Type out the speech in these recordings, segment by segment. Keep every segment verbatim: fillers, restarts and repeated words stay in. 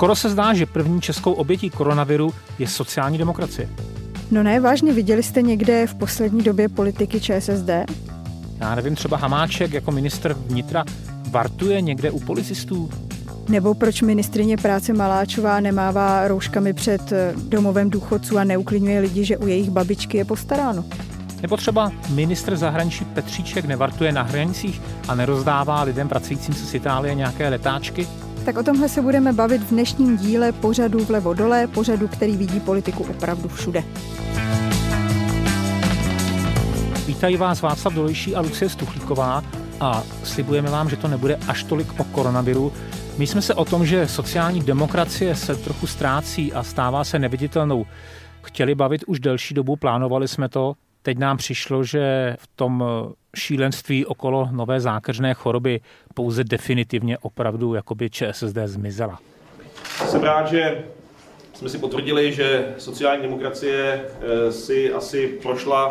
Skoro se zdá, že první českou obětí koronaviru je sociální demokracie. No ne, vážně, viděli jste někde v poslední době politiky ČSSD? Já nevím, třeba Hamáček jako ministr vnitra vartuje někde u policistů? Nebo proč ministryně práce Maláčová nemává rouškami před domovem důchodců a neuklidňuje lidi, že u jejich babičky je postaráno? Nebo třeba ministr zahraničí Petříček nevartuje na hranicích a nerozdává lidem pracujícím se z Itálie nějaké letáčky? Tak o tomhle se budeme bavit v dnešním díle pořadu Vlevo dole, pořadu, který vidí politiku opravdu všude. Vítají vás Václav Dolejší a Lucie Stuchlíková a slibujeme vám, že to nebude až tolik o koronaviru. My jsme se o tom, že sociální demokracie se trochu ztrácí a stává se neviditelnou, chtěli bavit už delší dobu, plánovali jsme to. Teď nám přišlo, že v tom šílenství okolo nové zákeřné choroby pouze definitivně opravdu jakoby ČSSD zmizela. Jsem rád, že jsme si potvrdili, že sociální demokracie si asi prošla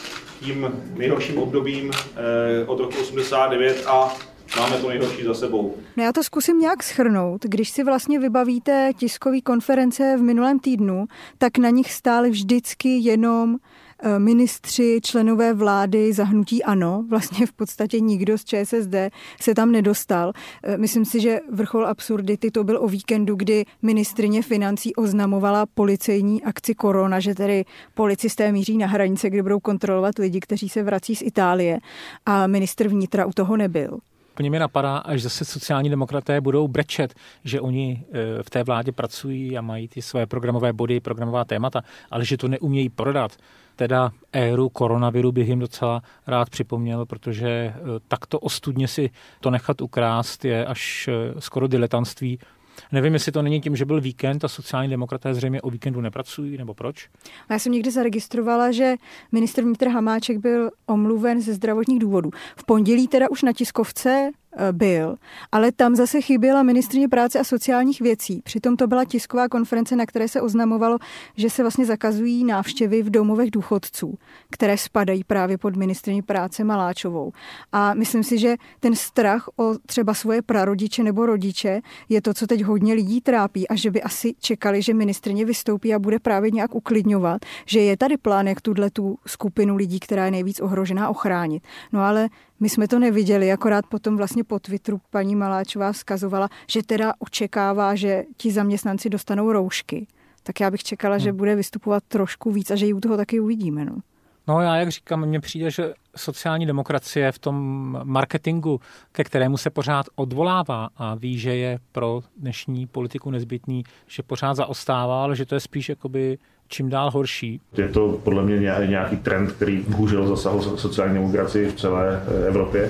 tím nejhorším obdobím od roku osmdesát devět a máme to nejhorší za sebou. No já to zkusím nějak shrnout. Když si vlastně vybavíte tiskové konference v minulém týdnu, tak na nich stáli vždycky jenom ministři, členové vlády za hnutí ANO. Vlastně v podstatě nikdo z ČSSD se tam nedostal. Myslím si, že vrchol absurdity to byl o víkendu, kdy ministryně financí oznamovala policejní akci Korona, že tedy policisté míří na hranice, kde budou kontrolovat lidi, kteří se vrací z Itálie, a ministr vnitra u toho nebyl. Úplně mě napadá, až zase sociální demokraté budou brečet, že oni v té vládě pracují a mají ty své programové body, programová témata, ale že to neumějí prodat. Teda éru koronaviru bych jim docela rád připomněl, protože takto ostudně si to nechat ukrást je až skoro diletantství. Nevím, jestli to není tím, že byl víkend a sociální demokraté zřejmě o víkendu nepracují, nebo proč? Já jsem někdy zaregistrovala, že ministr vnitra Hamáček byl omluven ze zdravotních důvodů. V pondělí teda už na tiskovce byl, ale tam zase chyběla ministryně práce a sociálních věcí. Přitom to byla tisková konference, na které se oznamovalo, že se vlastně zakazují návštěvy v domovech důchodců, které spadají právě pod ministryni práce Maláčovou. A myslím si, že ten strach o třeba svoje prarodiče nebo rodiče je to, co teď hodně lidí trápí a že by asi čekali, že ministryně vystoupí a bude právě nějak uklidňovat, že je tady plán, jak tuhletu skupinu lidí, která je nejvíc ohrožená, ochránit. No ale my jsme to neviděli, akorát potom vlastně po Twitteru paní Maláčová vzkazovala, že teda očekává, že ti zaměstnanci dostanou roušky. Tak já bych čekala, hmm. že bude vystupovat trošku víc a že ji u toho taky uvidíme. No. No já, jak říkám, mně přijde, že sociální demokracie v tom marketingu, ke kterému se pořád odvolává a ví, že je pro dnešní politiku nezbytný, že pořád zaostává, ale že to je spíš jakoby čím dál horší. Je to podle mě nějaký trend, který bohužel zasahul sociální demokracii v celé Evropě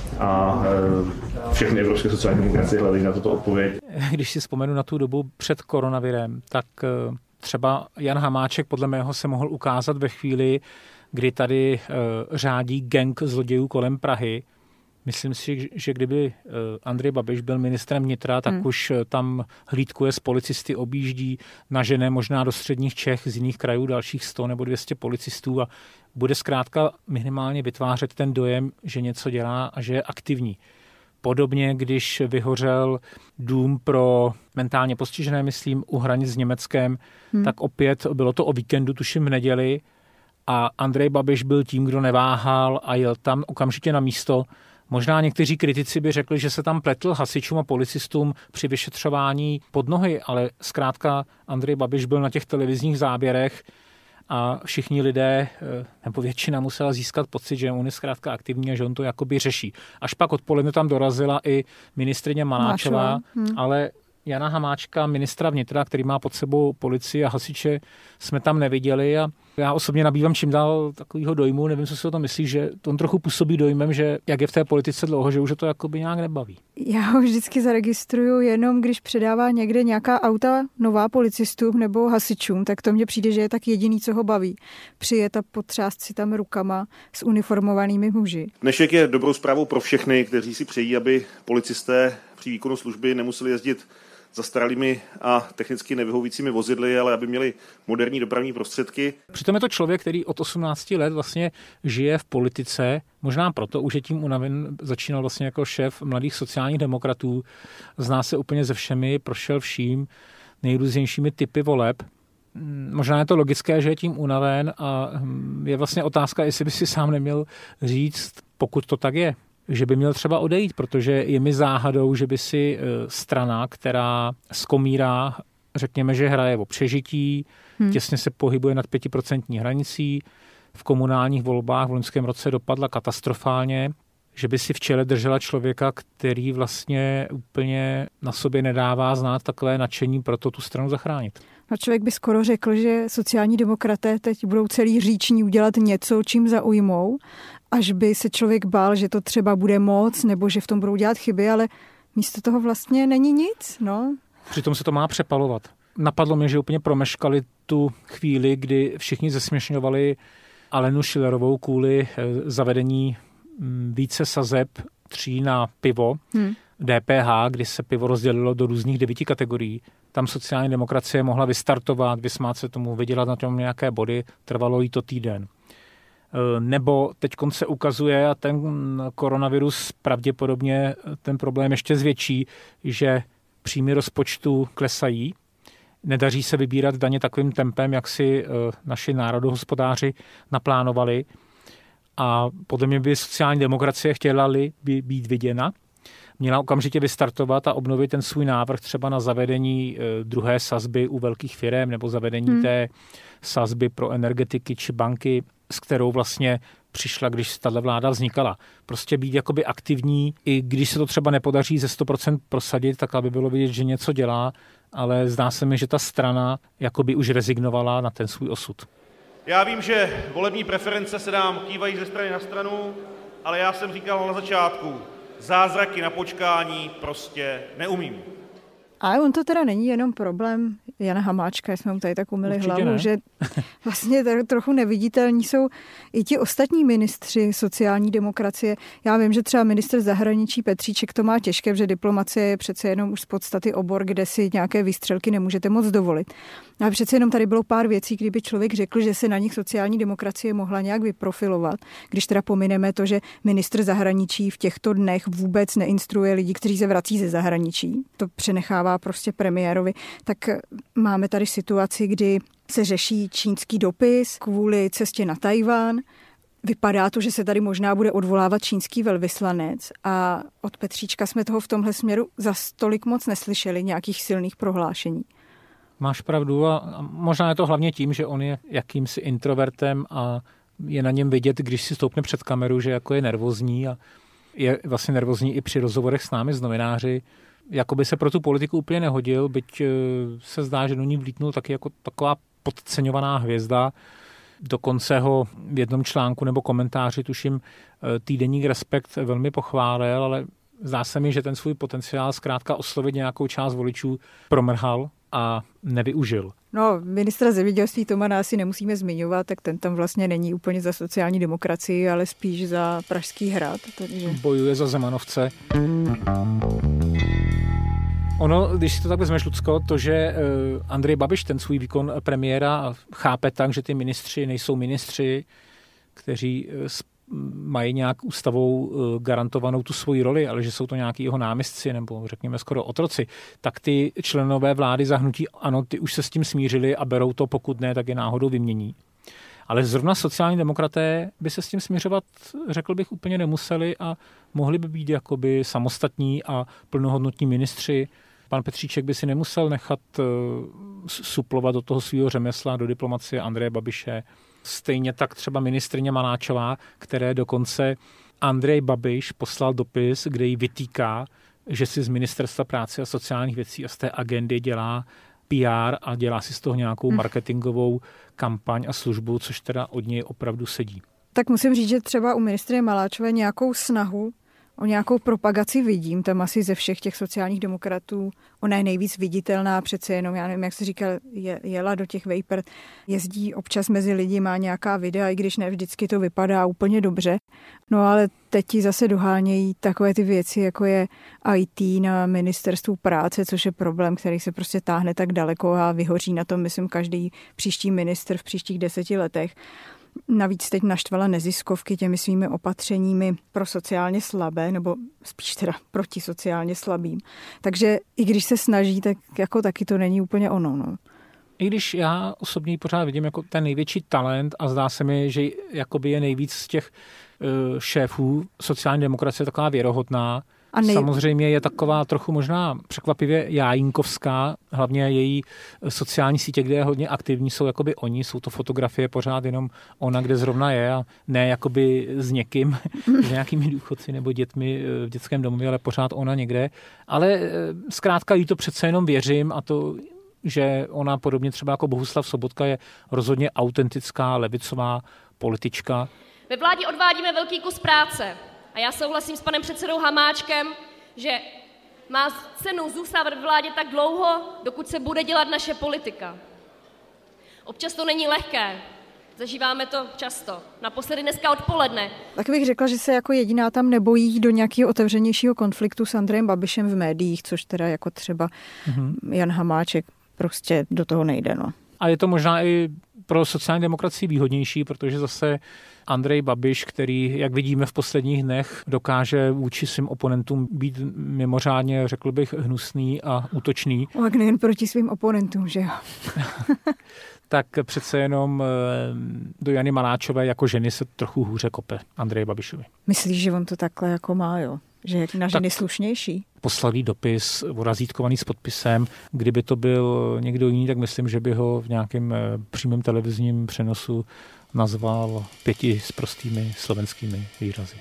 a všechny evropské sociální demokracie hledají na toto odpověď. Když si vzpomenu na tu dobu před koronavirem, tak třeba Jan Hamáček podle mého se mohl ukázat ve chvíli, kdy tady řádí gang zlodějů kolem Prahy. Myslím si, že kdyby Andrej Babiš byl ministrem vnitra, tak hmm. už tam hlídkuje s policisty, objíždí, nažene možná do středních Čech z jiných krajů dalších sto nebo dvě stě policistů a bude zkrátka minimálně vytvářet ten dojem, že něco dělá a že je aktivní. Podobně, když vyhořel dům pro mentálně postižené, myslím, u hranic s Německem, hmm. tak opět bylo to o víkendu, tuším v neděli, a Andrej Babiš byl tím, kdo neváhal a jel tam okamžitě na místo. Možná někteří kritici by řekli, že se tam pletl hasičům a policistům při vyšetřování pod nohy, ale zkrátka Andrej Babiš byl na těch televizních záběrech a všichni lidé, nebo většina musela získat pocit, že on je zkrátka aktivní a že on to jakoby řeší. Až pak odpoledne tam dorazila i ministryně Maláčová, hmm. ale Jana Hamáčka, ministra vnitra, který má pod sebou policii a hasiče, jsme tam neviděli a já osobně nabývám čím dál takového dojmu, nevím, co si o tom myslíš, že on trochu působí dojmem, že jak je v té politice dlouho, že už to jakoby nějak nebaví. Já ho vždycky zaregistruju jenom, když předává někde nějaká auta nová policistům nebo hasičům, tak to mně přijde, že je tak jediný, co ho baví. Přijet a potřást si tam rukama s uniformovanými muži. Dnešek je dobrou zprávou pro všechny, kteří si přejí, aby policisté při výkonu služby nemuseli jezdit zastaralými a technicky nevyhovujícími vozidly, ale aby měli moderní dopravní prostředky. Přitom je to člověk, který od osmnácti let vlastně žije v politice, možná proto už je tím unaven, začínal vlastně jako šéf mladých sociálních demokratů, zná se úplně se všemi, prošel vším nejrůznějšími typy voleb. Možná je to logické, že je tím unaven a je vlastně otázka, jestli by si sám neměl říct, pokud to tak je, že by měl třeba odejít, protože je mi záhadou, že by si strana, která skomírá, řekněme, že hraje o přežití, hmm. těsně se pohybuje nad pětiprocentní hranicí, v komunálních volbách v loňském roce dopadla katastrofálně, že by si v čele držela člověka, který vlastně úplně na sobě nedává znát takové nadšení pro to tu stranu zachránit. A člověk by skoro řekl, že sociální demokraté teď budou celý říční udělat něco, čím zaujmou, až by se člověk bál, že to třeba bude moc, nebo že v tom budou dělat chyby, ale místo toho vlastně není nic. No. Přitom se to má přepalovat. Napadlo mě, že úplně promeškali tu chvíli, kdy všichni zesměšňovali Alenu Schillerovou kvůli zavedení více sazeb tří na pivo, hmm. D P H, kdy se pivo rozdělilo do různých devíti kategorií. Tam sociální demokracie mohla vystartovat, vysmát se tomu, vydělat na tom nějaké body, trvalo jí to týden. Nebo teď se ukazuje, a ten koronavirus pravděpodobně ten problém ještě zvětší, že příjmy rozpočtu klesají, nedaří se vybírat daně takovým tempem, jak si naši národohospodáři naplánovali. A podle mě by sociální demokracie chtěla-li by být viděna, měla okamžitě vystartovat a obnovit ten svůj návrh třeba na zavedení druhé sazby u velkých firem nebo zavedení hmm. té sazby pro energetiky či banky, s kterou vlastně přišla, když tato vláda vznikala. Prostě být jakoby aktivní, i když se to třeba nepodaří ze sto procent prosadit, tak aby bylo vidět, že něco dělá, ale zdá se mi, že ta strana jakoby už rezignovala na ten svůj osud. Já vím, že volební preference se nám kývají ze strany na stranu, ale já jsem říkal na začátku, zázraky na počkání prostě neumím. Ale on to teda není jenom problém Jana Hamáčka, jsme mu tady tak umyli Určitě hlavu, ne. že vlastně trochu neviditelní jsou i ti ostatní ministři sociální demokracie. Já vím, že třeba ministr zahraničí Petříček to má těžké, protože diplomacie je přece jenom už z podstaty obor, kde si nějaké výstřelky nemůžete moc dovolit. Ale přece jenom tady bylo pár věcí, kdyby člověk řekl, že se na nich sociální demokracie mohla nějak vyprofilovat, když teda pomineme to, že ministr zahraničí v těchto dnech vůbec neinstruuje lidi, kteří se vrací ze zahraničí. To přenechává prostě premiérovi. Tak máme tady situaci, kdy se řeší čínský dopis kvůli cestě na Tajván. Vypadá to, že se tady možná bude odvolávat čínský velvyslanec a od Petříčka jsme toho v tomhle směru za tolik moc neslyšeli, nějakých silných prohlášení. Máš pravdu a možná je to hlavně tím, že on je jakýmsi introvertem a je na něm vidět, když si stoupne před kameru, že jako je nervózní a je vlastně nervózní i při rozhovorech s námi, s novináři. Jakoby se pro tu politiku úplně nehodil, byť se zdá, že do ní vlítnul taky jako taková podceňovaná hvězda. Dokonce ho v jednom článku nebo komentáři, tuším, týdeník Respekt velmi pochválil, ale zdá se mi, že ten svůj potenciál zkrátka oslovit nějakou část voličů promrhal a nevyužil. No, ministra zemědělství Tomana asi nemusíme zmiňovat, tak ten tam vlastně není úplně za sociální demokracii, ale spíš za Pražský hrad. Takže... Bojuje za Zemanovce. Ono, když si to tak vezmeš, Lucko, to, že Andrej Babiš ten svůj výkon premiéra chápe tak, že ty ministři nejsou ministři, kteří mají nějak ústavou garantovanou tu svoji roli, ale že jsou to nějaký jeho náměstci nebo řekněme skoro otroci, tak ty členové vlády za hnutí ANO, ty už se s tím smířili a berou to, pokud ne, tak je náhodou vymění. Ale zrovna sociální demokraté by se s tím směřovat, řekl bych, úplně nemuseli a mohli by být jakoby samostatní a plnohodnotní ministři. Pan Petříček by si nemusel nechat suplovat do toho svého řemesla, do diplomacie Andreje Babiše. Stejně tak třeba ministryně Maláčová, které dokonce Andrej Babiš poslal dopis, kde jí vytýká, že si z Ministerstva práce a sociálních věcí a z té agendy dělá P R a dělá si z toho nějakou marketingovou kampaň a službu, což teda od něj opravdu sedí. Tak musím říct, že třeba u ministryně Maláčové nějakou snahu O nějakou propagaci vidím, tam asi ze všech těch sociálních demokratů. Ona je nejvíc viditelná, přece jenom, já nevím, jak se říkal, je, jela do těch vejper, jezdí občas mezi lidi, má nějaká videa, i když ne vždycky to vypadá úplně dobře. No ale teď ti zase dohánějí takové ty věci, jako je í té na ministerstvu práce, což je problém, který se prostě táhne tak daleko a vyhoří na tom, myslím, každý příští ministr v příštích deseti letech. Navíc teď naštvala neziskovky těmi svými opatřeními pro sociálně slabé, nebo spíš teda proti sociálně slabým. Takže i když se snaží, tak jako taky to není úplně ono. No. I když já osobně pořád vidím jako ten největší talent a zdá se mi, že jakoby je nejvíc z těch uh, šéfů sociální demokracie taková věrohodná. A nej... Samozřejmě je taková trochu možná překvapivě jájínkovská, hlavně její sociální sítě, kde je hodně aktivní, jsou jakoby oni, jsou to fotografie pořád jenom ona, kde zrovna je a ne jakoby s někým, s nějakými důchodci nebo dětmi v dětském domově, ale pořád ona někde. Ale zkrátka jí to přece jenom věřím a to, že ona podobně třeba jako Bohuslav Sobotka je rozhodně autentická levicová politička. Ve vládě odvádíme velký kus práce. A já souhlasím s panem předsedou Hamáčkem, že má cenu zůstávat v vládě tak dlouho, dokud se bude dělat naše politika. Občas to není lehké, zažíváme to často. Naposledy dneska odpoledne. Tak bych řekla, že se jako jediná tam nebojí do nějakého otevřenějšího konfliktu s Andrejem Babišem v médiích, což teda jako třeba mm-hmm. Jan Hamáček prostě do toho nejde. No. A je to možná i pro sociální demokracii výhodnější, protože zase Andrej Babiš, který, jak vidíme v posledních dnech, dokáže vůči svým oponentům být mimořádně, řekl bych, hnusný a útočný. O, tak nejen proti svým oponentům, že jo? Tak přece jenom do Jany Maláčové jako ženy se trochu hůře kope Andreji Babišovi. Myslíš, že on to takhle jako má, jo? Že je na ženy tak slušnější? Poslali dopis razítkovaný s podpisem. Kdyby to byl někdo jiný, tak myslím, že by ho v nějakém přímém televizním přenosu nazval pěti sprostými slovenskými výrazy.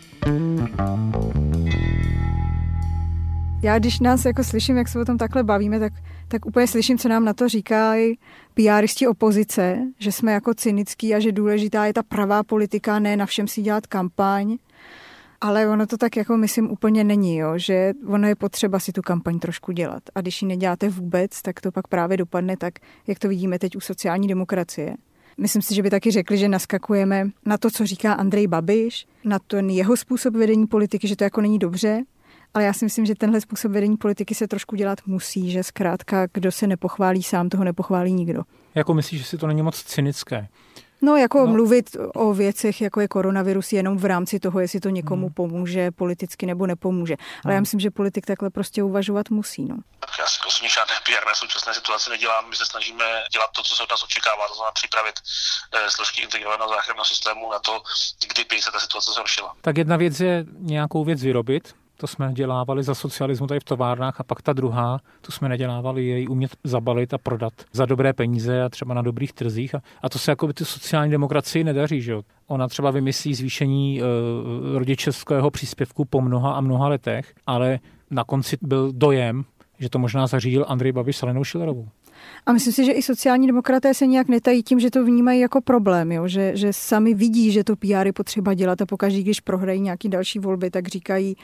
Já když nás jako slyším, jak se o tom takhle bavíme, tak, tak úplně slyším, co nám na to říkají PRisti opozice, že jsme jako cynický a že důležitá je ta pravá politika, ne na všem si dělat kampaň. Ale ono to tak jako myslím úplně není, jo? Že ono je potřeba si tu kampaň trošku dělat. A když ji neděláte vůbec, tak to pak právě dopadne tak, jak to vidíme teď u sociální demokracie. Myslím si, že by taky řekli, že naskakujeme na to, co říká Andrej Babiš, na ten jeho způsob vedení politiky, že to jako není dobře. Ale já si myslím, že tenhle způsob vedení politiky se trošku dělat musí, že zkrátka, kdo se nepochválí sám, toho nepochválí nikdo. Jako myslíš, že si to není moc cynické? No, jako no. Mluvit o věcech, jako je koronavirus, jenom v rámci toho, jestli to někomu hmm. pomůže politicky nebo nepomůže. Ale hmm. já myslím, že politik takhle prostě uvažovat musí. No. Tak já si rozhodně žádné P R na současné situaci nedělám. My se snažíme dělat to, co se od nás očekává, to znamená připravit eh, složky integrovaného záchranného systému na to, kdyby se ta situace zhoršila. Tak jedna věc je nějakou věc vyrobit. To jsme dělávali za socialismu tady v továrnách a pak ta druhá, tu jsme nedělávali, jej umět zabalit a prodat za dobré peníze a třeba na dobrých trzích. A, a to se jako by ty sociální demokracii nedaří, že jo. Ona třeba vymyslí zvýšení e, rodičovského příspěvku po mnoha a mnoha letech, ale na konci byl dojem, že to možná zařídil Andrej Babiš s Alenou Schillerovou. A myslím si, že i sociální demokraté se nějak netají tím, že to vnímají jako problém, jo? Že, že sami vidí, že to P R je potřeba dělat a pokaždý, když prohrají nějaký další volby, tak říkají,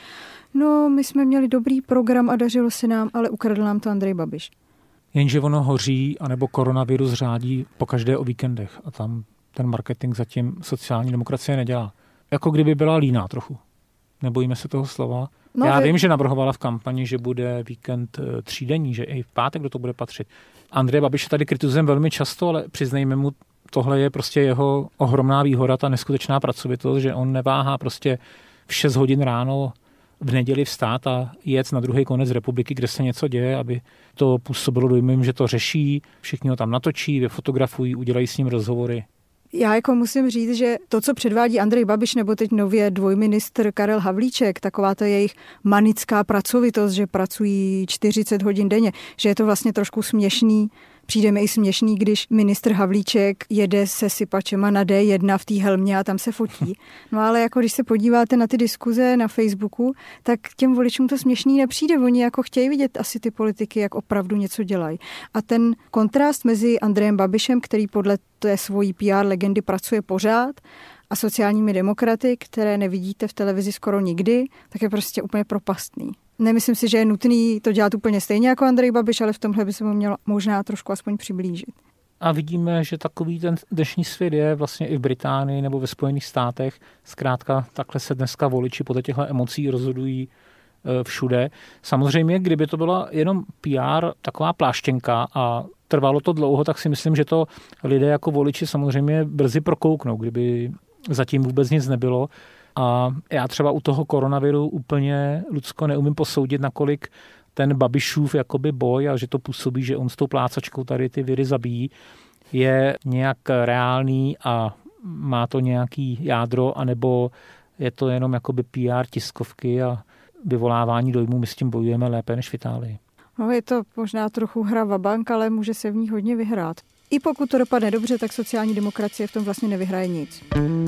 no my jsme měli dobrý program a dařilo se nám, ale ukradl nám to Andrej Babiš. Jenže ono hoří, anebo koronavirus řádí pokaždé o víkendech a tam ten marketing zatím sociální demokracie nedělá. Jako kdyby byla líná trochu. Nebojíme se toho slova. No, Já vy... vím, že navrhovala v kampani, že bude víkend třídenní, že i v pátek do toho bude patřit. Andrej Babiš tady kritizujeme velmi často, ale přiznejme mu, tohle je prostě jeho ohromná výhoda, ta neskutečná pracovitost, že on neváhá prostě v šest hodin ráno v neděli vstát a jet na druhý konec republiky, kde se něco děje, aby to působilo dojmem, že to řeší, všichni ho tam natočí, vyfotografují, udělají s ním rozhovory. Já jako musím říct, že to, co předvádí Andrej Babiš nebo teď nově dvojministr Karel Havlíček, taková ta jejich manická pracovitost, že pracují čtyřicet hodin denně, že je to vlastně trošku směšný. Přijde mi i směšný, když ministr Havlíček jede se sypačema na D jedna v té helmě a tam se fotí. No ale jako když se podíváte na ty diskuze na Facebooku, tak těm voličům to směšný nepřijde. Oni jako chtějí vidět asi ty politiky, jak opravdu něco dělají. A ten kontrast mezi Andrejem Babišem, který podle té svojí P R legendy pracuje pořád, a sociálními demokraty, které nevidíte v televizi skoro nikdy, tak je prostě úplně propastný. Nemyslím si, že je nutný to dělat úplně stejně jako Andrej Babiš, ale v tomhle by se mu měl možná trošku aspoň přiblížit. A vidíme, že takový ten dnešní svět je vlastně i v Británii nebo ve Spojených státech. Zkrátka takhle se dneska voliči podle těchto emocí rozhodují všude. Samozřejmě, kdyby to byla jenom P R, taková pláštěnka a trvalo to dlouho, tak si myslím, že to lidé jako voliči samozřejmě brzy prokouknou, kdyby zatím vůbec nic nebylo. A já třeba u toho koronaviru úplně, Lucko, neumím posoudit, nakolik ten Babišův jakoby boj a že to působí, že on s tou plácačkou tady ty viry zabíjí, je nějak reálný a má to nějaký jádro, anebo je to jenom jakoby P R tiskovky a vyvolávání dojmů, my s tím bojujeme lépe než v Itálii. No, je to možná trochu hra vabank, ale může se v ní hodně vyhrát. I pokud to dopadne dobře, tak sociální demokracie v tom vlastně nevyhraje nic.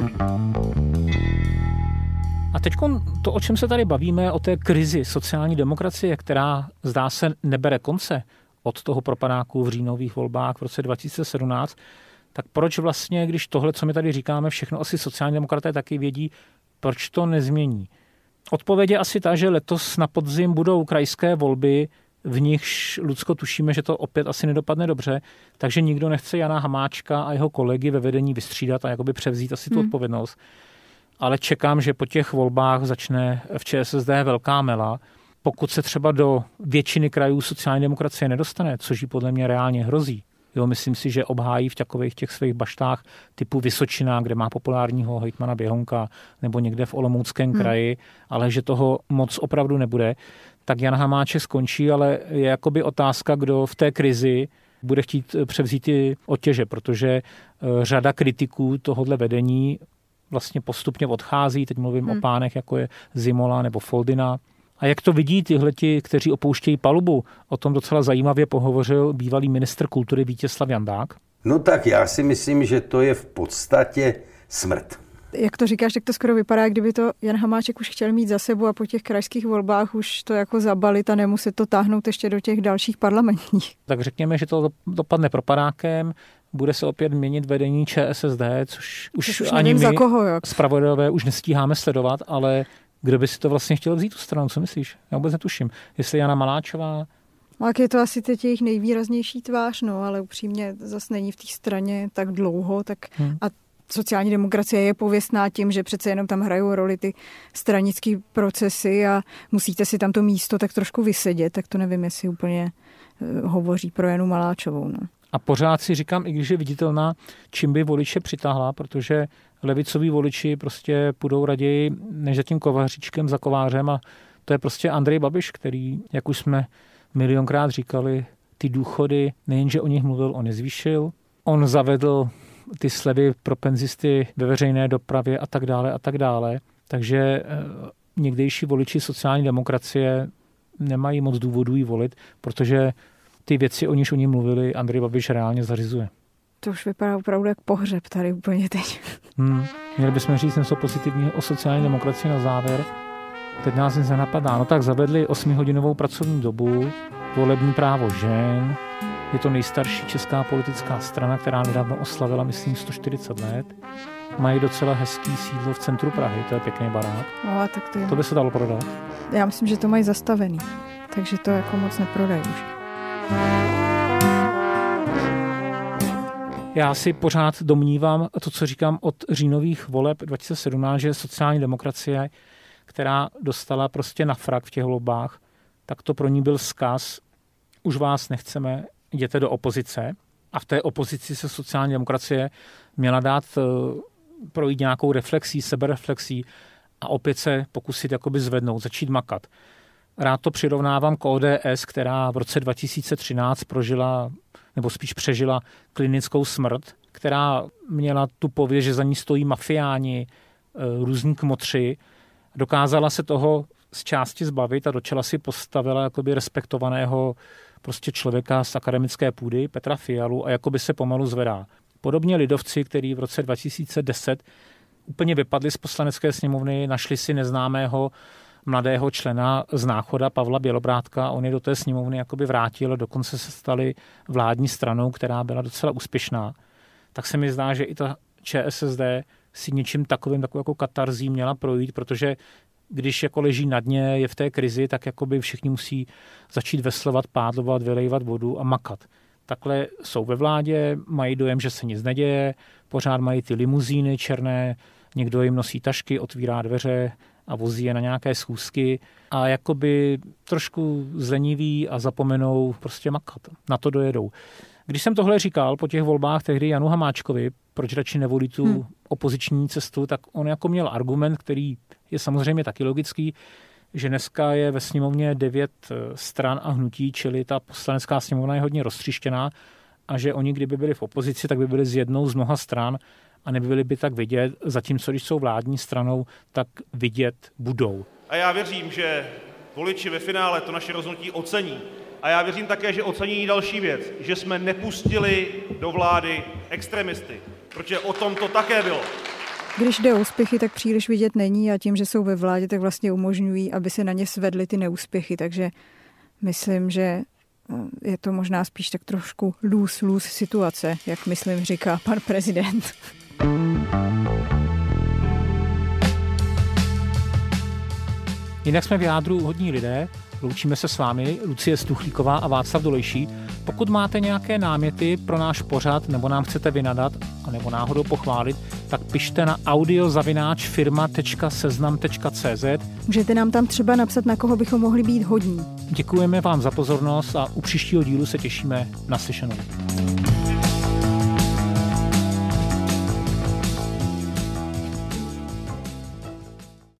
A teď to, o čem se tady bavíme, o té krizi sociální demokracie, která zdá se nebere konce od toho propadáku v říjnových volbách v roce dva tisíce sedmnáct, tak proč vlastně, když tohle, co my tady říkáme, všechno asi sociální demokraté taky vědí, proč to nezmění? Odpověď je asi ta, že letos na podzim budou krajské volby, v nichž, Lucko, tušíme, že to opět asi nedopadne dobře, takže nikdo nechce Jana Hamáčka a jeho kolegy ve vedení vystřídat a jakoby převzít asi tu hmm. odpovědnost. Ale čekám, že po těch volbách začne v ČSSD velká mela. Pokud se třeba do většiny krajů sociální demokracie nedostane, což jí podle mě reálně hrozí, jo, myslím si, že obhájí v takových těch svých baštách typu Vysočina, kde má populárního hejtmana Běhounka, nebo někde v Olomouckém hmm. kraji, ale že toho moc opravdu nebude, tak Jan Hamáček skončí, ale je jakoby otázka, kdo v té krizi bude chtít převzít ty otěže, protože řada kritiků tohohle vedení vlastně postupně odchází, teď mluvím hmm. o pánech, jako je Zimola nebo Foldina. A jak to vidí tihleti, kteří opouštějí palubu? O tom docela zajímavě pohovořil bývalý ministr kultury Vítězslav Jandák. No tak já si myslím, že to je v podstatě smrt. Jak to říkáš, tak to skoro vypadá, kdyby to Jan Hamáček už chtěl mít za sebou a po těch krajských volbách už to jako zabalit a nemuset to táhnout ještě do těch dalších parlamentních. Tak řekněme, že to dopadne propadákem, bude se opět měnit vedení ČSSD, což už, už ani my zpravodajové už nestíháme sledovat, ale kdo by si to vlastně chtěl vzít tu stranu, co myslíš? Já vůbec netuším. Jestli Jana Maláčová? Tak je to asi teď jejich nejvýraznější tvář, no, ale upřímně zase není v té straně tak dlouho, tak hmm. a sociální demokracie je pověstná tím, že přece jenom tam hrajou roli ty stranické procesy a musíte si tam to místo tak trošku vysedět, tak to nevím, jestli úplně uh, hovoří pro Janu Maláčovou. No. A pořád si říkám, i když je viditelná, čím by voliče přitáhla, protože levicoví voliči prostě půjdou raději než za tím kováříčkem za kovářem a to je prostě Andrej Babiš, který, jak už jsme milionkrát říkali, ty důchody, nejenže o nich mluvil, on je zvýšil, on zavedl ty slevy pro penzisty ve veřejné dopravě a tak dále a tak dále. Takže někdejší voliči sociální demokracie nemají moc důvodů jí volit, protože ty věci, o níž oni mluvili, Andrej Babiš reálně zařizuje. To už vypadá opravdu jak pohřeb tady úplně teď. Hmm. Měli bychom říct něco pozitivního o sociální demokracii na závěr. Teď nás nic nenapadá. No tak zavedli osmihodinovou pracovní dobu, volební právo žen. Je to nejstarší česká politická strana, která nedávno oslavila, myslím, sto čtyřicet let. Mají docela hezký sídlo v centru Prahy, to je pěkný barák. No, tak to, je... to by se dalo prodat. Já myslím, že to mají zastavený, takže to jako moc neprodají už. Já si pořád domnívám to, co říkám od říjnových voleb dva tisíce sedmnáct, že sociální demokracie, která dostala prostě na frak v těch volbách, tak to pro ní byl vzkaz, už vás nechceme, jděte do opozice. A v té opozici se sociální demokracie měla dát projít nějakou reflexí, sebereflexí a opět se pokusit jakoby zvednout, začít makat. Rád to přirovnávám k O D S, která v roce dva tisíce třináct prožila, nebo spíš přežila klinickou smrt, která měla tu pověst, že za ní stojí mafiáni, různí kmotři. Dokázala se toho z části zbavit a do čela si postavila jakoby respektovaného prostě člověka z akademické půdy, Petra Fialu, a jakoby se pomalu zvedá. Podobně lidovci, který v roce dva tisíce deset úplně vypadli z poslanecké sněmovny, našli si neznámého mladého člena z Náchoda, Pavla Bělobrátka, on je do té sněmovny jakoby vrátil, dokonce se stali vládní stranou, která byla docela úspěšná. Tak se mi zdá, že i ta ČSSD si něčím takovým, takovou jako katarzí měla projít, protože když jako leží na dně, je v té krizi, tak jakoby všichni musí začít veslovat, pádlovat, vylejvat vodu a makat. Takhle jsou ve vládě, mají dojem, že se nic neděje, pořád mají ty limuzíny černé, někdo jim nosí tašky, otvírá dveře a vozí je na nějaké schůzky a jakoby trošku zleniví a zapomenou prostě makat. Na to dojedou. Když jsem tohle říkal po těch volbách tehdy Janu Hamáčkovi, proč radši nevolí tu hmm. opoziční cestu, tak on jako měl argument, který je samozřejmě taky logický, že dneska je ve sněmovně devět stran a hnutí, čili ta poslanecká sněmovna je hodně roztříštěná a že oni, kdyby byli v opozici, tak by byli z jednou z mnoha stran a nebyli by tak vidět, zatímco když jsou vládní stranou, tak vidět budou. A já věřím, že voliči ve finále to naše rozhodnutí ocení. A já věřím také, že ocení další věc, že jsme nepustili do vlády extremisty, protože o tom to také bylo. Když jde o úspěchy, tak příliš vidět není a tím, že jsou ve vládě, tak vlastně umožňují, aby se na ně svedly ty neúspěchy. Takže myslím, že je to možná spíš tak trošku lose-lose situace, jak myslím říká pan prezident. Jinak jsme v jádru hodní lidé. Loučíme se s vámi, Lucie Stuchlíková a Václav Dolejší. Pokud máte nějaké náměty pro náš pořad, nebo nám chcete vynadat, nebo náhodou pochválit, tak pište na audio zavináč firma tečka seznam tečka cé zet. Můžete nám tam třeba napsat, na koho bychom mohli být hodní. Děkujeme vám za pozornost a u příštího dílu se těšíme na slyšenou.